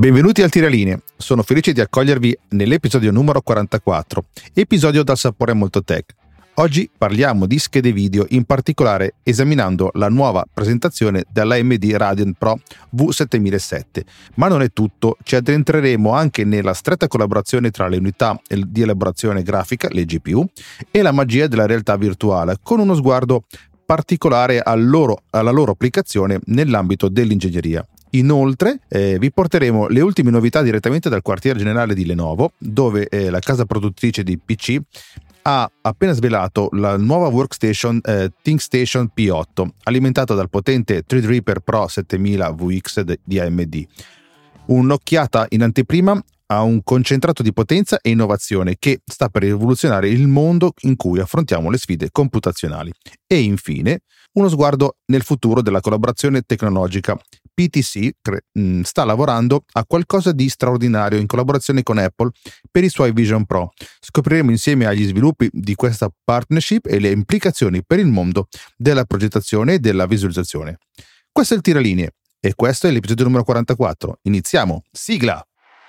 Benvenuti al Tiralinee, sono felice di accogliervi nell'episodio numero 44, episodio dal sapore molto tech. Oggi parliamo di schede video, in particolare esaminando la nuova presentazione dell'AMD Radeon Pro V7007. Ma non è tutto, ci addentreremo anche nella stretta collaborazione tra le unità di elaborazione grafica, le GPU, e la magia della realtà virtuale, con uno sguardo particolare alla loro applicazione nell'ambito dell'ingegneria. Inoltre vi porteremo le ultime novità direttamente dal quartier generale di Lenovo, dove la casa produttrice di PC ha appena svelato la nuova workstation ThinkStation P8, alimentata dal potente Threadripper Pro 7000 VX di AMD. Un'occhiata in anteprima a un concentrato di potenza e innovazione che sta per rivoluzionare il mondo in cui affrontiamo le sfide computazionali. E infine, uno sguardo nel futuro della collaborazione tecnologica. PTC sta lavorando a qualcosa di straordinario in collaborazione con Apple per i suoi Vision Pro. Scopriremo insieme agli sviluppi di questa partnership e le implicazioni per il mondo della progettazione e della visualizzazione. Questo è il Tiralinee e questo è l'episodio numero 44. Iniziamo! Sigla!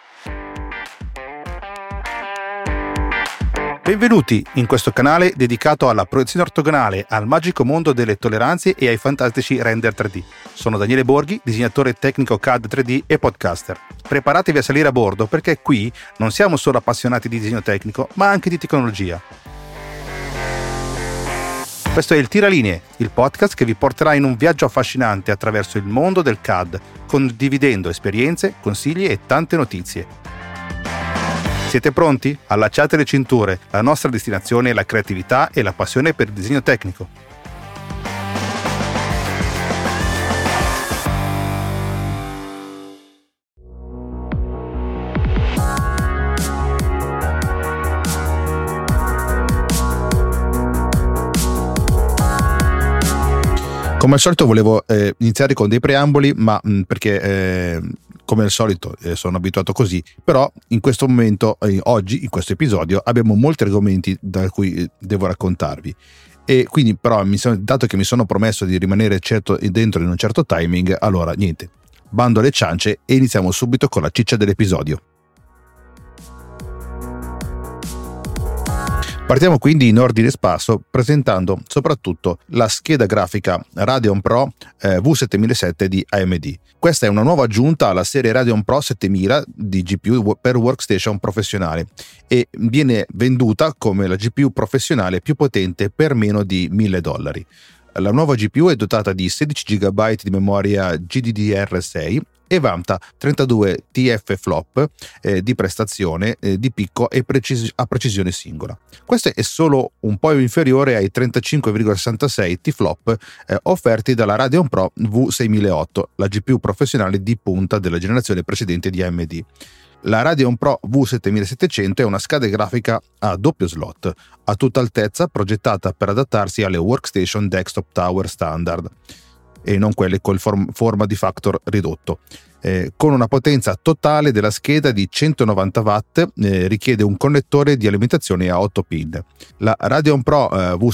Benvenuti in questo canale dedicato alla proiezione ortogonale, al magico mondo delle tolleranze e ai fantastici render 3D. Sono Daniele Borghi, disegnatore tecnico CAD 3D e podcaster. Preparatevi a salire a bordo perché qui non siamo solo appassionati di disegno tecnico, ma anche di tecnologia. Questo è il Tiralinee, il podcast che vi porterà in un viaggio affascinante attraverso il mondo del CAD, condividendo esperienze, consigli e tante notizie. Siete pronti? Allacciate le cinture, la nostra destinazione è la creatività e la passione per il disegno tecnico. Come al solito volevo iniziare con dei preamboli, ma perché come al solito sono abituato così, però in questo momento, oggi, in questo episodio, abbiamo molti argomenti da cui devo raccontarvi. E quindi però, dato che mi sono promesso di rimanere dentro in un certo timing, allora niente, bando alle ciance e iniziamo subito con la ciccia dell'episodio. Partiamo quindi in ordine sparso presentando soprattutto la scheda grafica Radeon Pro V7007 di AMD. Questa è una nuova aggiunta alla serie Radeon Pro 7000 di GPU per workstation professionale e viene venduta come la GPU professionale più potente per meno di $1.000. La nuova GPU è dotata di 16 GB di memoria GDDR6 e vanta 32 TF-flop di prestazione di picco e a precisione singola. Questo è solo un po' inferiore ai 35,66 T-flop offerti dalla Radeon Pro V6008, la GPU professionale di punta della generazione precedente di AMD. La Radeon Pro V7700 è una scheda grafica a doppio slot, a tutta altezza, progettata per adattarsi alle workstation desktop tower standard e non quelle col forma di factor ridotto. Con una potenza totale della scheda di 190 watt, richiede un connettore di alimentazione a 8 pin. La Radeon Pro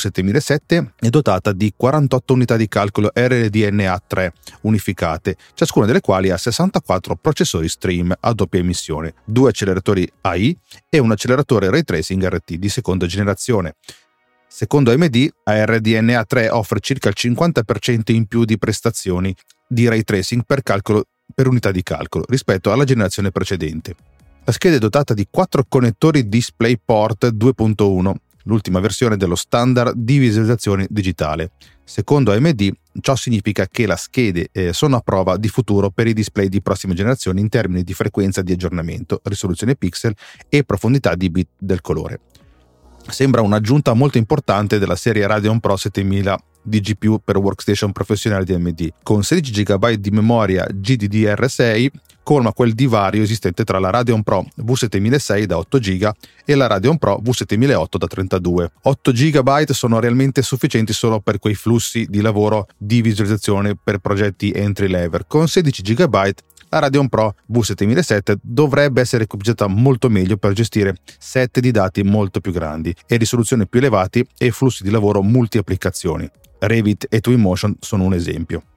V7007 è dotata di 48 unità di calcolo RDNA 3 unificate, ciascuna delle quali ha 64 processori stream a doppia emissione, 2 acceleratori AI e un acceleratore Ray Tracing RT di seconda generazione. Secondo AMD, RDNA 3 offre circa il 50% in più di prestazioni di ray tracing per unità di calcolo rispetto alla generazione precedente. La scheda è dotata di 4 connettori DisplayPort 2.1, l'ultima versione dello standard di visualizzazione digitale. Secondo AMD, ciò significa che le schede sono a prova di futuro per i display di prossima generazione in termini di frequenza di aggiornamento, risoluzione pixel e profondità di bit del colore. Sembra un'aggiunta molto importante della serie Radeon Pro 7000 di GPU per workstation professionale di AMD. Con 16 GB di memoria GDDR6 colma quel divario esistente tra la Radeon Pro V7006 da 8 GB e la Radeon Pro V7008 da 32. 8 GB sono realmente sufficienti solo per quei flussi di lavoro di visualizzazione per progetti entry level. Con 16 GB la Radeon Pro V7007 dovrebbe essere equipaggiata molto meglio per gestire set di dati molto più grandi e risoluzioni più elevati e flussi di lavoro multi-applicazioni. Revit e Twinmotion sono un esempio.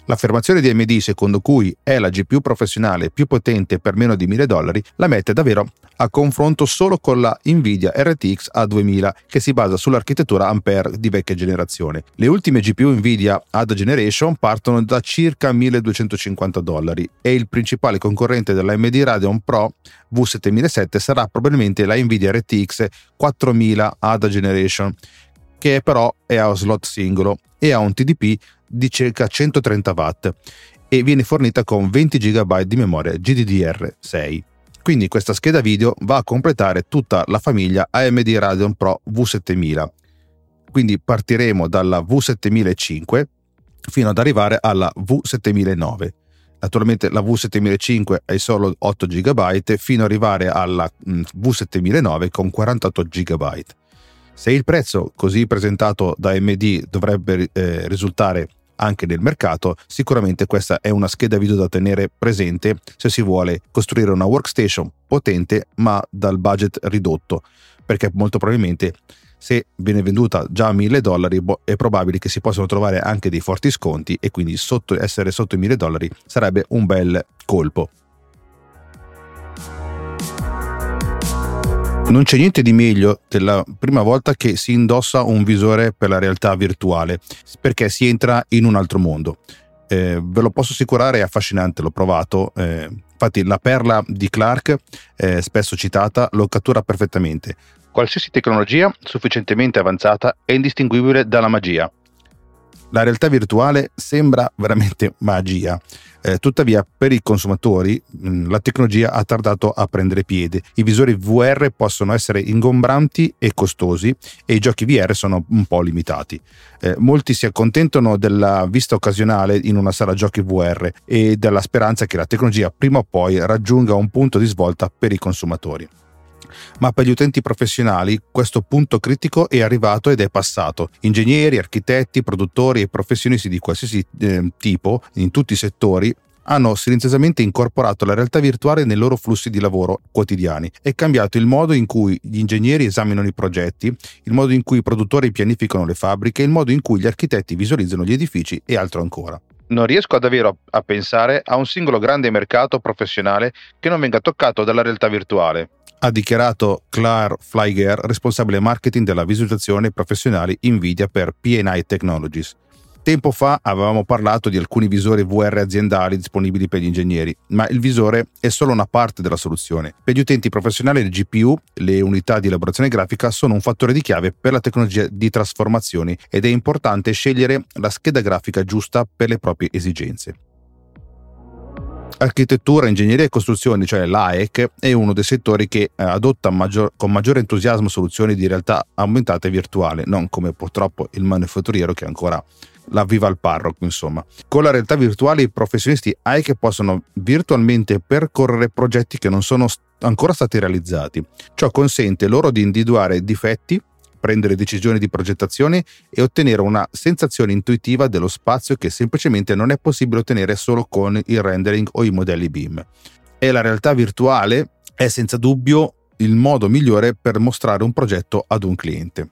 L'affermazione di AMD secondo cui è la GPU professionale più potente per meno di $1.000 la mette davvero a confronto solo con la Nvidia RTX A2000 che si basa sull'architettura Ampere di vecchia generazione. Le ultime GPU Nvidia Ad Generation partono da circa $1.250 e il principale concorrente dell'AMD Radeon Pro V7007 sarà probabilmente la Nvidia RTX 4000 Ad Generation, che però è a slot singolo e ha un TDP di circa 130 watt e viene fornita con 20 GB di memoria GDDR6. Quindi questa scheda video va a completare tutta la famiglia AMD Radeon Pro V7000. Quindi partiremo dalla V7005 fino ad arrivare alla V7009. Naturalmente la V7005 è solo 8 GB fino ad arrivare alla V7009 con 48 GB. Se il prezzo così presentato da AMD dovrebbe risultare anche nel mercato, sicuramente questa è una scheda video da tenere presente se si vuole costruire una workstation potente ma dal budget ridotto, perché molto probabilmente se viene venduta già a $1.000 è probabile che si possano trovare anche dei forti sconti e quindi essere sotto i $1.000 sarebbe un bel colpo. Non c'è niente di meglio della prima volta che si indossa un visore per la realtà virtuale, perché si entra in un altro mondo. Ve lo posso assicurare, è affascinante, l'ho provato. Infatti la perla di Clark, spesso citata, lo cattura perfettamente. Qualsiasi tecnologia sufficientemente avanzata è indistinguibile dalla magia. La realtà virtuale sembra veramente magia. Tuttavia per i consumatori la tecnologia ha tardato a prendere piede. I visori VR possono essere ingombranti e costosi e i giochi VR sono un po' limitati. Molti si accontentano della vista occasionale in una sala giochi VR e della speranza che la tecnologia prima o poi raggiunga un punto di svolta per i consumatori. Ma per gli utenti professionali questo punto critico è arrivato ed è passato. Ingegneri, architetti, produttori e professionisti di qualsiasi tipo, in tutti i settori, hanno silenziosamente incorporato la realtà virtuale nei loro flussi di lavoro quotidiani e cambiato il modo in cui gli ingegneri esaminano i progetti, il modo in cui i produttori pianificano le fabbriche, il modo in cui gli architetti visualizzano gli edifici e altro ancora. Non riesco davvero a pensare a un singolo grande mercato professionale che non venga toccato dalla realtà virtuale, ha dichiarato Claire Flygare, responsabile marketing della visualizzazione professionale Nvidia per P&I Technologies. Tempo fa avevamo parlato di alcuni visori VR aziendali disponibili per gli ingegneri, ma il visore è solo una parte della soluzione. Per gli utenti professionali le GPU, le unità di elaborazione grafica, sono un fattore di chiave per la tecnologia di trasformazioni ed è importante scegliere la scheda grafica giusta per le proprie esigenze. Architettura, ingegneria e costruzioni, cioè l'AEC, è uno dei settori che adotta con maggiore entusiasmo soluzioni di realtà aumentata e virtuale, non come purtroppo il manifatturiero che ancora la viva al parroco, insomma. Con la realtà virtuale i professionisti AEC possono virtualmente percorrere progetti che non sono ancora stati realizzati. Ciò consente loro di individuare difetti, prendere decisioni di progettazione e ottenere una sensazione intuitiva dello spazio che semplicemente non è possibile ottenere solo con il rendering o i modelli BIM. E la realtà virtuale è senza dubbio il modo migliore per mostrare un progetto ad un cliente.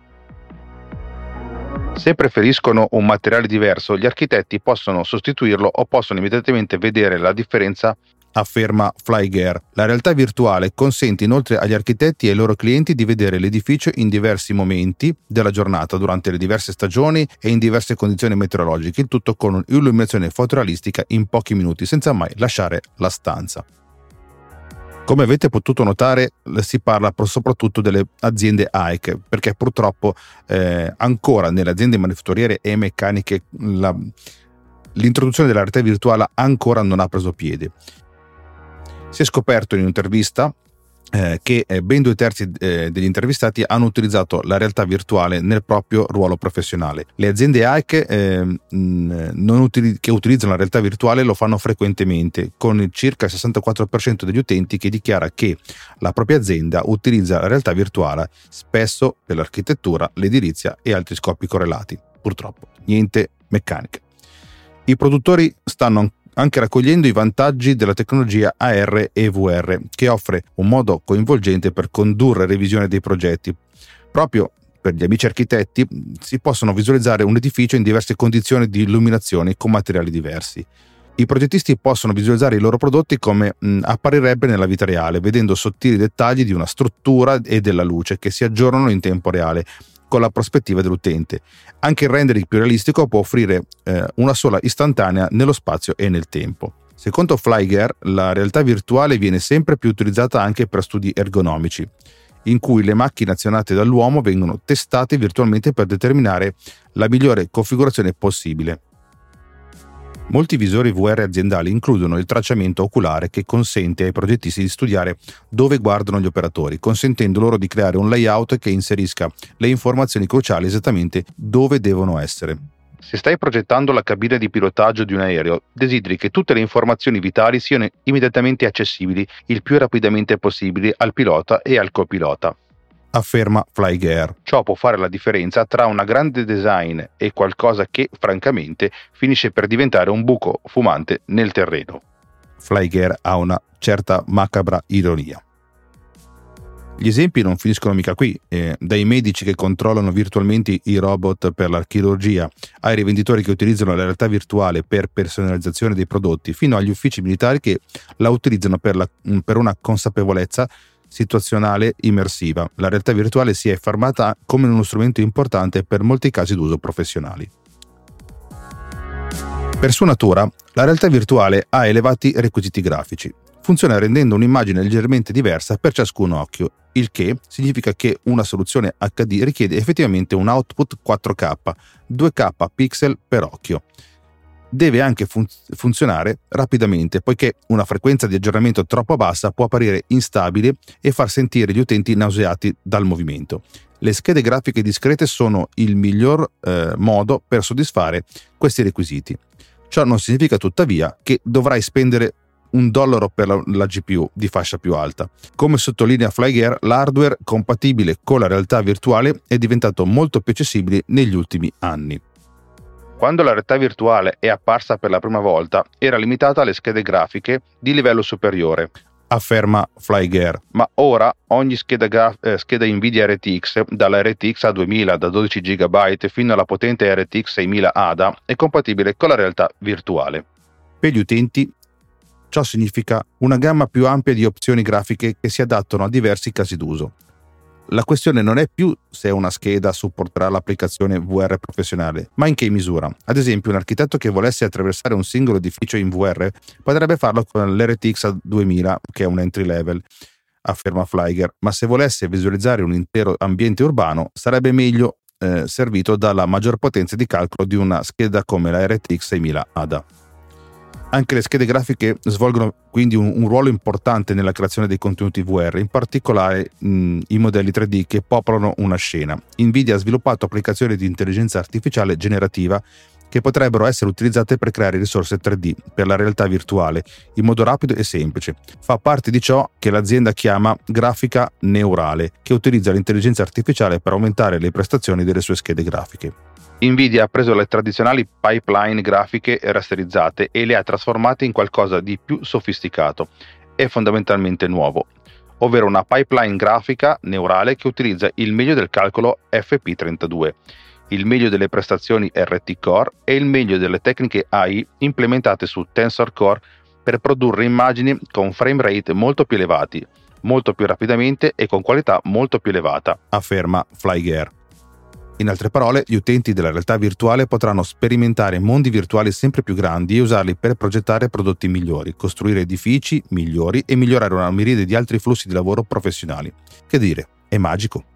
Se preferiscono un materiale diverso, gli architetti possono sostituirlo o possono immediatamente vedere la differenza, afferma Flygare. La realtà virtuale consente inoltre agli architetti e ai loro clienti di vedere l'edificio in diversi momenti della giornata, durante le diverse stagioni e in diverse condizioni meteorologiche, il tutto con un'illuminazione fotorealistica in pochi minuti, senza mai lasciare la stanza. Come avete potuto notare, si parla soprattutto delle aziende AEC, perché purtroppo ancora nelle aziende manifatturiere e meccaniche l'introduzione della realtà virtuale ancora non ha preso piede. Si è scoperto in un'intervista che ben 2/3 degli intervistati hanno utilizzato la realtà virtuale nel proprio ruolo professionale. Le aziende AEC che utilizzano la realtà virtuale lo fanno frequentemente, con circa il 64% degli utenti che dichiara che la propria azienda utilizza la realtà virtuale spesso per l'architettura, l'edilizia e altri scopi correlati. Purtroppo niente meccanica. I produttori stanno anche raccogliendo i vantaggi della tecnologia AR e VR, che offre un modo coinvolgente per condurre revisione dei progetti, proprio Per gli amici architetti si possono visualizzare un edificio in diverse condizioni di illuminazione con materiali diversi. I progettisti possono visualizzare i loro prodotti come apparirebbe nella vita reale, vedendo sottili dettagli di una struttura e della luce che si aggiornano in tempo reale con la prospettiva dell'utente. Anche il rendering più realistico può offrire una sola istantanea nello spazio e nel tempo. Secondo Flygare, la realtà virtuale viene sempre più utilizzata anche per studi ergonomici, in cui le macchine azionate dall'uomo vengono testate virtualmente per determinare la migliore configurazione possibile. Molti visori VR aziendali includono il tracciamento oculare che consente ai progettisti di studiare dove guardano gli operatori, consentendo loro di creare un layout che inserisca le informazioni cruciali esattamente dove devono essere. Se stai progettando la cabina di pilotaggio di un aereo, desideri che tutte le informazioni vitali siano immediatamente accessibili il più rapidamente possibile al pilota e al copilota, afferma Flygare. Ciò può fare la differenza tra un grande design e qualcosa che, francamente, finisce per diventare un buco fumante nel terreno. Flygare ha una certa macabra ironia. Gli esempi non finiscono mica qui, dai medici che controllano virtualmente i robot per la chirurgia, ai rivenditori che utilizzano la realtà virtuale per personalizzazione dei prodotti, fino agli uffici militari che la utilizzano per una consapevolezza situazionale immersiva. La realtà virtuale si è affermata come uno strumento importante per molti casi d'uso professionali. Per sua natura, la realtà virtuale ha elevati requisiti grafici. Funziona rendendo un'immagine leggermente diversa per ciascun occhio, il che significa che una soluzione HD richiede effettivamente un output 4K, 2K pixel per occhio. Deve anche funzionare rapidamente, poiché una frequenza di aggiornamento troppo bassa può apparire instabile e far sentire gli utenti nauseati dal movimento. Le schede grafiche discrete sono il miglior modo per soddisfare questi requisiti. Ciò non significa tuttavia che dovrai spendere $1 per la GPU di fascia più alta. Come sottolinea Flygare, l'hardware compatibile con la realtà virtuale è diventato molto più accessibile negli ultimi anni. Quando la realtà virtuale è apparsa per la prima volta, era limitata alle schede grafiche di livello superiore, afferma Flygare, ma ora ogni scheda Nvidia RTX, dalla RTX A2000 da 12 GB fino alla potente RTX 6000 ADA, è compatibile con la realtà virtuale. Per gli utenti, ciò significa una gamma più ampia di opzioni grafiche che si adattano a diversi casi d'uso. La questione non è più se una scheda supporterà l'applicazione VR professionale, ma in che misura. Ad esempio, un architetto che volesse attraversare un singolo edificio in VR potrebbe farlo con l'RTX 2000, che è un entry level, afferma Flygare, ma se volesse visualizzare un intero ambiente urbano sarebbe meglio servito dalla maggior potenza di calcolo di una scheda come la RTX 6000 ADA. Anche le schede grafiche svolgono quindi un ruolo importante nella creazione dei contenuti VR, in particolare i modelli 3D che popolano una scena. Nvidia ha sviluppato applicazioni di intelligenza artificiale generativa che potrebbero essere utilizzate per creare risorse 3D per la realtà virtuale in modo rapido e semplice. Fa parte di ciò che l'azienda chiama grafica neurale, che utilizza l'intelligenza artificiale per aumentare le prestazioni delle sue schede grafiche. Nvidia ha preso le tradizionali pipeline grafiche rasterizzate e le ha trasformate in qualcosa di più sofisticato e fondamentalmente nuovo, ovvero una pipeline grafica neurale che utilizza il meglio del calcolo FP32, il meglio delle prestazioni RT Core e il meglio delle tecniche AI implementate su Tensor Core per produrre immagini con frame rate molto più elevati, molto più rapidamente e con qualità molto più elevata, afferma Flygare. In altre parole, gli utenti della realtà virtuale potranno sperimentare mondi virtuali sempre più grandi e usarli per progettare prodotti migliori, costruire edifici migliori e migliorare una miriade di altri flussi di lavoro professionali. Che dire, è magico.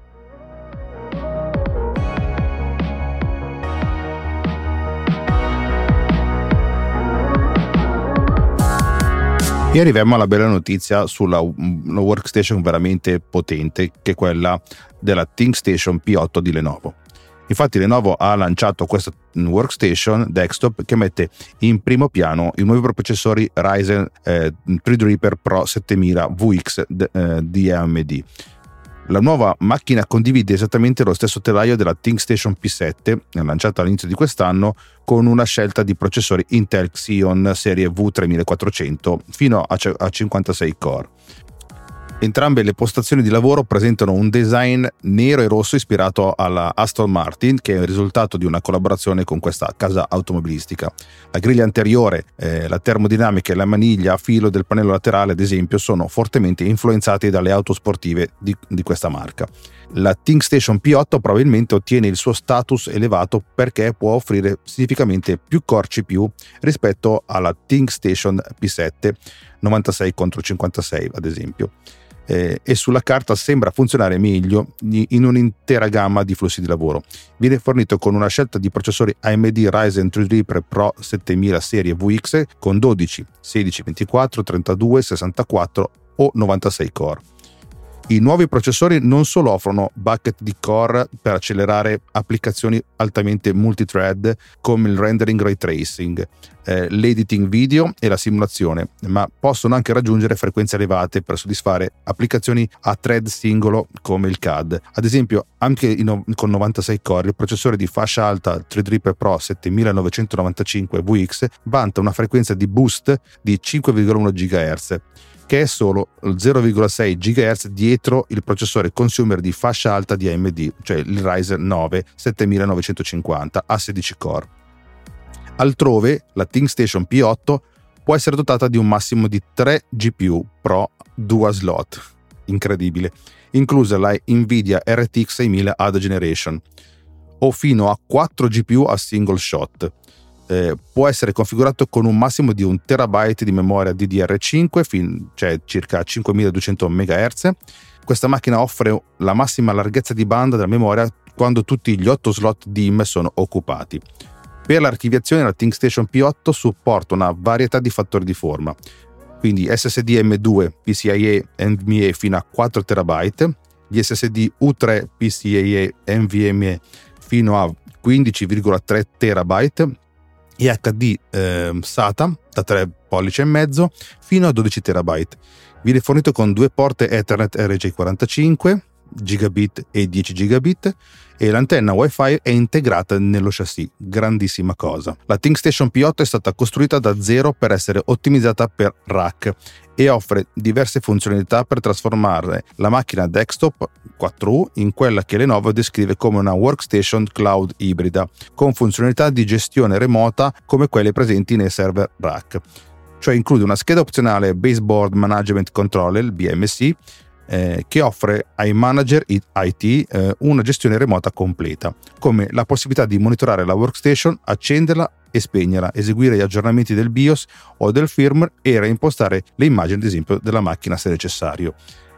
E arriviamo alla bella notizia sulla una workstation veramente potente, che è quella della ThinkStation P8 di Lenovo. Infatti Lenovo ha lanciato questa workstation desktop che mette in primo piano i nuovi processori Ryzen Threadripper Pro 7000 VX di AMD. La nuova macchina condivide esattamente lo stesso telaio della ThinkStation P7, lanciata all'inizio di quest'anno, con una scelta di processori Intel Xeon serie V3400 fino a 56 core. Entrambe le postazioni di lavoro presentano un design nero e rosso ispirato alla Aston Martin, che è il risultato di una collaborazione con questa casa automobilistica. La griglia anteriore, la termodinamica e la maniglia a filo del pannello laterale, ad esempio, sono fortemente influenzati dalle auto sportive di questa marca. La ThinkStation P8 probabilmente ottiene il suo status elevato perché può offrire significativamente più core CPU rispetto alla ThinkStation P7, 96 contro 56 ad esempio. E sulla carta sembra funzionare meglio in un'intera gamma di flussi di lavoro. Viene fornito con una scelta di processori AMD Ryzen Threadripper Pro 7000 serie VX con 12, 16, 24, 32, 64 o 96 core. I nuovi processori non solo offrono bucket di core per accelerare applicazioni altamente multithread come il rendering ray tracing, l'editing video e la simulazione, ma possono anche raggiungere frequenze elevate per soddisfare applicazioni a thread singolo come il CAD. Ad esempio, anche con 96 core, il processore di fascia alta Threadripper Pro 7995 VX vanta una frequenza di boost di 5,1 GHz, che è solo 0,6 GHz dietro il processore consumer di fascia alta di AMD, cioè il Ryzen 9 7950 a 16 core. Altrove, la ThinkStation P8 può essere dotata di un massimo di 3 GPU Pro dual slot, incredibile, inclusa la Nvidia RTX 6000 Ad Generation, o fino a 4 GPU a single shot. Può essere configurato con un massimo di 1 TB di memoria DDR5, cioè circa 5200 MHz. Questa macchina offre la massima larghezza di banda della memoria quando tutti gli 8 slot DIMM sono occupati. Per l'archiviazione la ThinkStation P8 supporta una varietà di fattori di forma, quindi SSD M2 PCIe NVMe fino a 4 TB, gli SSD U3 PCIe NVMe fino a 15,3 TB, e HD SATA da 3,5 pollici fino a 12 TB. Viene fornito con 2 porte Ethernet RJ45 gigabit e 10 gigabit e l'antenna Wi-Fi è integrata nello chassis, grandissima cosa. La ThinkStation P8 è stata costruita da zero per essere ottimizzata per rack e offre diverse funzionalità per trasformare la macchina desktop 4U in quella che Lenovo descrive come una workstation cloud ibrida, con funzionalità di gestione remota come quelle presenti nei server rack. Cioè include una scheda opzionale Baseboard Management Controller, BMC, che offre ai manager IT una gestione remota completa, come la possibilità di monitorare la workstation, accenderla e spegnerla, eseguire gli aggiornamenti del BIOS o del firmware e reimpostare le immagini, ad esempio, della macchina se necessario.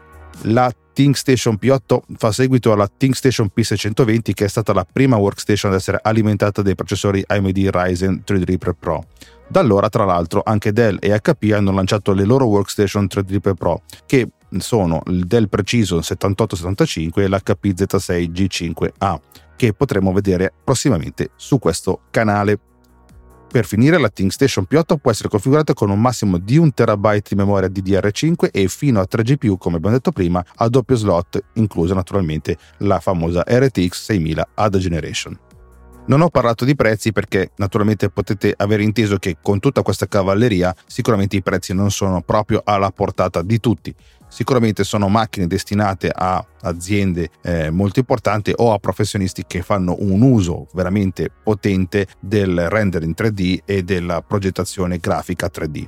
La ThinkStation P8 fa seguito alla ThinkStation P620, che è stata la prima workstation ad essere alimentata dai processori AMD Ryzen Threadripper Pro. Da allora, tra l'altro, anche Dell e HP hanno lanciato le loro workstation Threadripper Pro, che sono il Dell Precision 7875 e l'HP Z6 G5A, che potremo vedere prossimamente su questo canale. Per finire, la ThinkStation P8 può essere configurata con un massimo di 1 TB di memoria DDR5 e fino a 3 GPU, come abbiamo detto prima, a doppio slot, inclusa naturalmente la famosa RTX 6000 Ad Generation. Non ho parlato di prezzi perché naturalmente potete aver inteso che con tutta questa cavalleria sicuramente i prezzi non sono proprio alla portata di tutti. Sicuramente sono macchine destinate a aziende molto importanti o a professionisti che fanno un uso veramente potente del rendering 3D e della progettazione grafica 3D.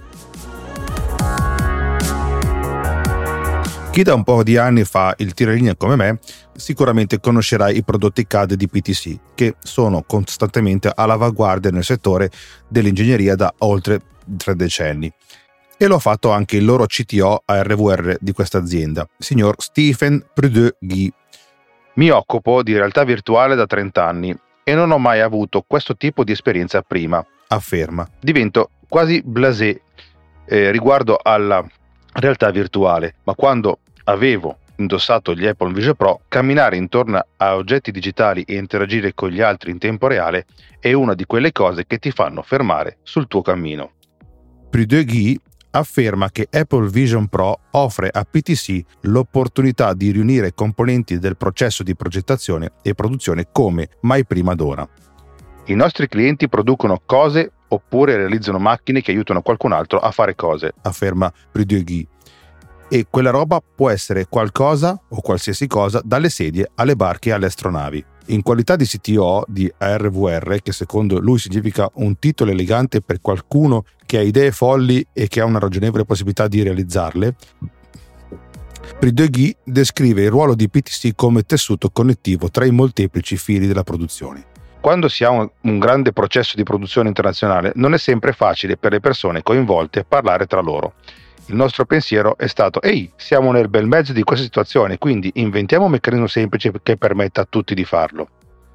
Chi da un po' di anni fa il tiralinea come me sicuramente conoscerà i prodotti CAD di PTC, che sono costantemente all'avanguardia nel settore dell'ingegneria da oltre 3 decenni. E lo ha fatto anche il loro CTO a RVR di questa azienda, il signor Stephen Prudhoe-Guy. Mi occupo di realtà virtuale da 30 anni e non ho mai avuto questo tipo di esperienza prima, afferma. Divento quasi blasé riguardo alla realtà virtuale, ma quando avevo indossato gli Apple Vision Pro, camminare intorno a oggetti digitali e interagire con gli altri in tempo reale è una di quelle cose che ti fanno fermare sul tuo cammino. Prudhoe-Guy afferma che Apple Vision Pro offre a PTC l'opportunità di riunire componenti del processo di progettazione e produzione come mai prima d'ora. I nostri clienti producono cose oppure realizzano macchine che aiutano qualcun altro a fare cose, afferma Prudhoe-Guy. e quella roba può essere qualcosa o qualsiasi cosa, dalle sedie alle barche e alle astronavi. In qualità di CTO di ARVR, che secondo lui significa un titolo elegante per qualcuno che ha idee folli e che ha una ragionevole possibilità di realizzarle, Prix de Guy descrive il ruolo di PTC come tessuto connettivo tra i molteplici fili della produzione. Quando si ha un grande processo di produzione internazionale, non è sempre facile per le persone coinvolte parlare tra loro. Il nostro pensiero è stato: ehi, siamo nel bel mezzo di questa situazione, quindi inventiamo un meccanismo semplice che permetta a tutti di farlo.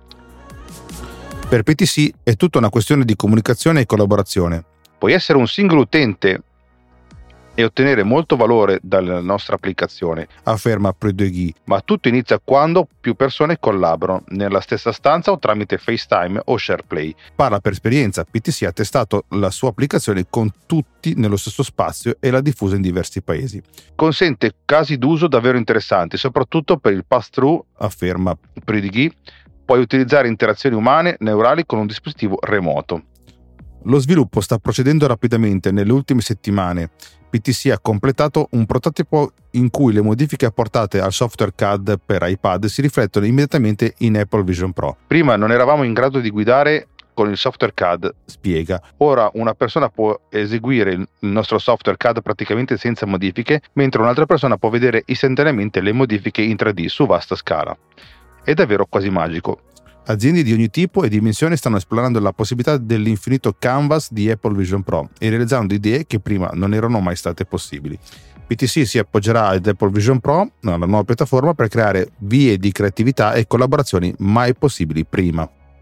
Per PTC è tutta una questione di comunicazione e collaborazione. Puoi essere un singolo utente e ottenere molto valore dalla nostra applicazione, afferma Prix de Guy, ma tutto inizia quando più persone collaborano nella stessa stanza o tramite FaceTime o SharePlay. Parla per esperienza, PTC ha testato la sua applicazione con tutti nello stesso spazio e l'ha diffusa in diversi paesi. Consente casi d'uso davvero interessanti, soprattutto per il pass-through, afferma Prix de Guy. Puoi utilizzare interazioni umane neurali con un dispositivo remoto. Lo sviluppo sta procedendo rapidamente. Nelle ultime settimane PTC ha completato un prototipo in cui le modifiche apportate al software CAD per iPad si riflettono immediatamente in Apple Vision Pro. Prima non eravamo in grado di guidare con il software CAD, spiega. Ora una persona può eseguire il nostro software CAD praticamente senza modifiche, mentre un'altra persona può vedere istantaneamente le modifiche in 3D su vasta scala. È davvero quasi magico. Aziende di ogni tipo e dimensione stanno esplorando la possibilità dell'infinito canvas di Apple Vision Pro e realizzando idee che prima non erano mai state possibili. PTC si appoggerà ad Apple Vision Pro, la nuova piattaforma, per creare vie di creatività e collaborazioni mai possibili prima.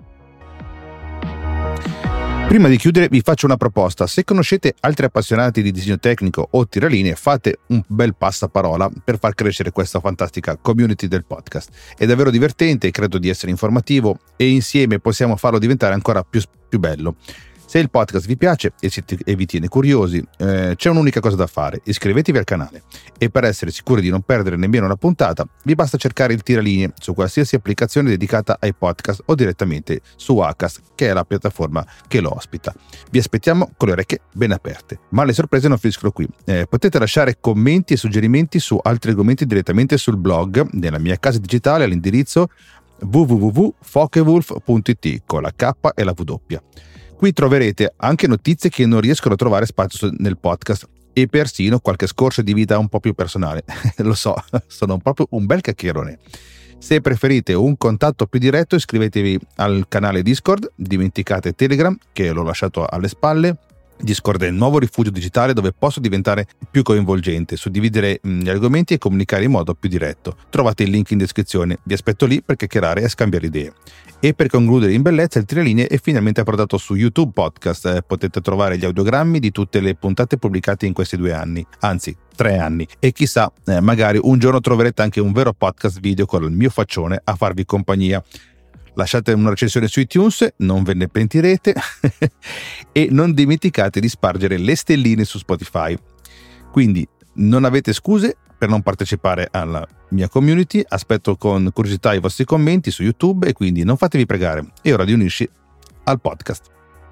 Prima di chiudere vi faccio una proposta: se conoscete altri appassionati di disegno tecnico o tiralinee, fate un bel passaparola per far crescere questa fantastica community del podcast. È davvero divertente, credo di essere informativo e insieme possiamo farlo diventare ancora più bello. Se il podcast vi piace e vi tiene curiosi, c'è un'unica cosa da fare: iscrivetevi al canale. E per essere sicuri di non perdere nemmeno una puntata, vi basta cercare il Tiralinee su qualsiasi applicazione dedicata ai podcast o direttamente su Acast, che è la piattaforma che lo ospita. Vi aspettiamo con le orecchie ben aperte. Ma le sorprese non finiscono qui. Potete lasciare commenti e suggerimenti su altri argomenti direttamente sul blog, nella mia casa digitale, all'indirizzo www.fokewulf.it con la K e la W. Qui troverete anche notizie che non riescono a trovare spazio nel podcast e persino qualche scorcio di vita un po' più personale. Lo so, sono proprio un bel chiacchierone. Se preferite un contatto più diretto, iscrivetevi al canale Discord, dimenticate Telegram, che l'ho lasciato alle spalle. Discord è il nuovo rifugio digitale dove posso diventare più coinvolgente, suddividere gli argomenti e comunicare in modo più diretto. Trovate il link in descrizione, vi aspetto lì per chiacchierare e scambiare idee. E per concludere in bellezza, il Tiralinee è finalmente approdato su YouTube Podcast. Potete trovare gli audiogrammi di tutte le puntate pubblicate in questi 2 anni, anzi 3 anni, e chissà, magari un giorno troverete anche un vero podcast video con il mio faccione a farvi compagnia. Lasciate una recensione su iTunes, non ve ne pentirete, e non dimenticate di spargere le stelline su Spotify. Quindi non avete scuse per non partecipare alla mia community, aspetto con curiosità i vostri commenti su YouTube e quindi non fatevi pregare. È ora di unirci al podcast.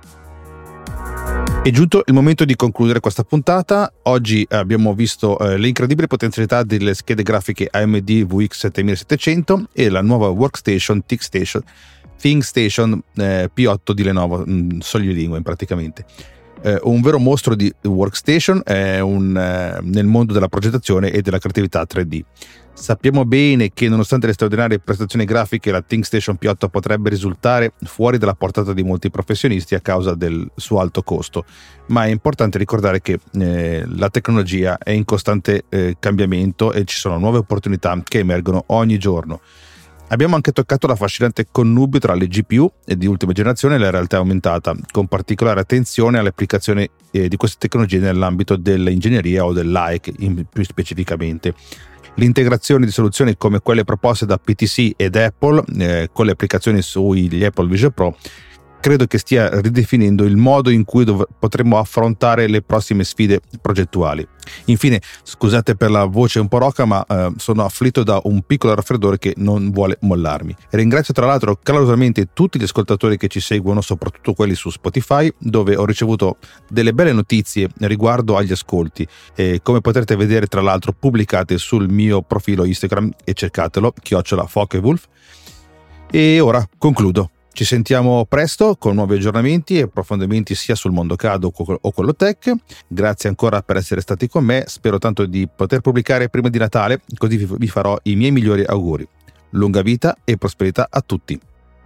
È giunto il momento di concludere questa puntata. Oggi abbiamo visto le incredibili potenzialità delle schede grafiche AMD VX 7700 e la nuova workstation ThinkStation P8 di Lenovo, solilingue praticamente. Un vero mostro di workstation nel mondo della progettazione e della creatività 3D. Sappiamo bene che nonostante le straordinarie prestazioni grafiche, la ThinkStation P8 potrebbe risultare fuori dalla portata di molti professionisti a causa del suo alto costo, ma è importante ricordare che la tecnologia è in costante cambiamento e ci sono nuove opportunità che emergono ogni giorno. Abbiamo anche toccato l'affascinante connubio tra le GPU di ultima generazione e la realtà aumentata, con particolare attenzione all'applicazione di queste tecnologie nell'ambito dell'ingegneria o dell'AIC più specificamente. L'integrazione di soluzioni come quelle proposte da PTC ed Apple con le applicazioni sugli Apple Vision Pro credo che stia ridefinendo il modo in cui potremo affrontare le prossime sfide progettuali. Infine, scusate per la voce un po' roca, ma sono afflitto da un piccolo raffreddore che non vuole mollarmi. Ringrazio tra l'altro calorosamente tutti gli ascoltatori che ci seguono, soprattutto quelli su Spotify, dove ho ricevuto delle belle notizie riguardo agli ascolti, come potrete vedere tra l'altro pubblicate sul mio profilo Instagram, e cercatelo, @Focke-Wulf. E ora concludo. Ci sentiamo presto con nuovi aggiornamenti e approfondimenti sia sul mondo CAD o quello tech. Grazie ancora per essere stati con me, spero tanto di poter pubblicare prima di Natale, così vi farò i miei migliori auguri. Lunga vita e prosperità a tutti.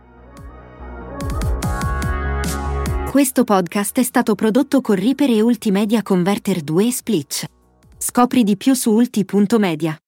Questo podcast è stato prodotto con Reaper e Ultimedia Converter 2 Splitch. Scopri di più su ulti.media.